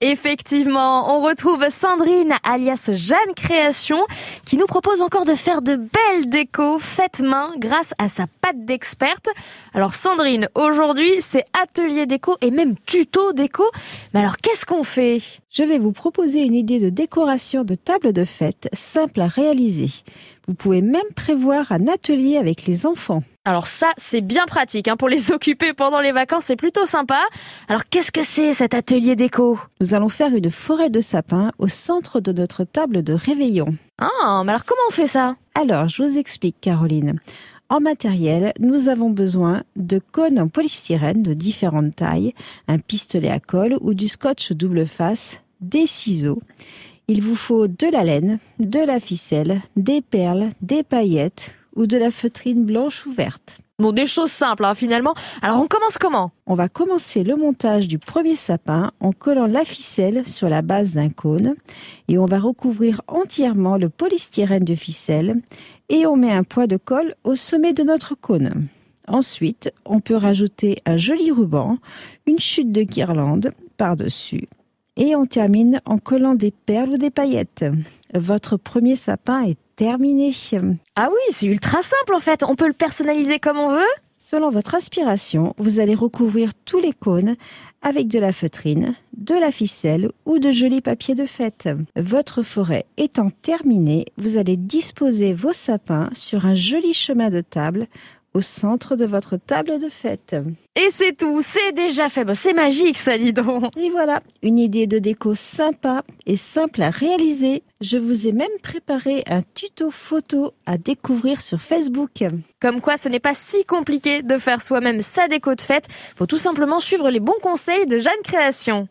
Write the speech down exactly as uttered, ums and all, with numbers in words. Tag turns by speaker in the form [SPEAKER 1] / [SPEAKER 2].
[SPEAKER 1] Effectivement, on retrouve Sandrine alias Jeanne Création qui nous propose encore de faire de belles décos faites main grâce à sa patte d'experte. Alors Sandrine, aujourd'hui c'est atelier déco et même tuto déco. Mais alors qu'est-ce qu'on fait ?
[SPEAKER 2] Je vais vous proposer une idée de décoration de table de fête simple à réaliser. Vous pouvez même prévoir un atelier avec les enfants.
[SPEAKER 1] Alors ça, c'est bien pratique hein, pour les occuper pendant les vacances, c'est plutôt sympa. Alors qu'est-ce que c'est cet atelier déco ?
[SPEAKER 2] Nous allons faire une forêt de sapins au centre de notre table de réveillon.
[SPEAKER 1] Ah, mais alors comment on fait ça ?
[SPEAKER 2] Alors, je vous explique Caroline. En matériel, nous avons besoin de cônes en polystyrène de différentes tailles, un pistolet à colle ou du scotch double face, des ciseaux. Il vous faut de la laine, de la ficelle, des perles, des paillettes ou de la feutrine blanche ou verte.
[SPEAKER 1] Bon, des choses simples hein, finalement. Alors on commence comment ?
[SPEAKER 2] On va commencer le montage du premier sapin en collant la ficelle sur la base d'un cône et on va recouvrir entièrement le polystyrène de ficelle et on met un poids de colle au sommet de notre cône. Ensuite, on peut rajouter un joli ruban, une chute de guirlande par-dessus. Et on termine en collant des perles ou des paillettes. Votre premier sapin est terminé.
[SPEAKER 1] Ah oui, c'est ultra simple en fait. On peut le personnaliser comme on veut ?
[SPEAKER 2] Selon votre inspiration, vous allez recouvrir tous les cônes avec de la feutrine, de la ficelle ou de jolis papiers de fête. Votre forêt étant terminée, vous allez disposer vos sapins sur un joli chemin de table au centre de votre table de fête.
[SPEAKER 1] Et c'est tout, c'est déjà fait. Bah, c'est magique ça, dis donc.
[SPEAKER 2] Et voilà, une idée de déco sympa et simple à réaliser. Je vous ai même préparé un tuto photo à découvrir sur Facebook.
[SPEAKER 1] Comme quoi, ce n'est pas si compliqué de faire soi-même sa déco de fête. Faut tout simplement suivre les bons conseils de Jeanne Création.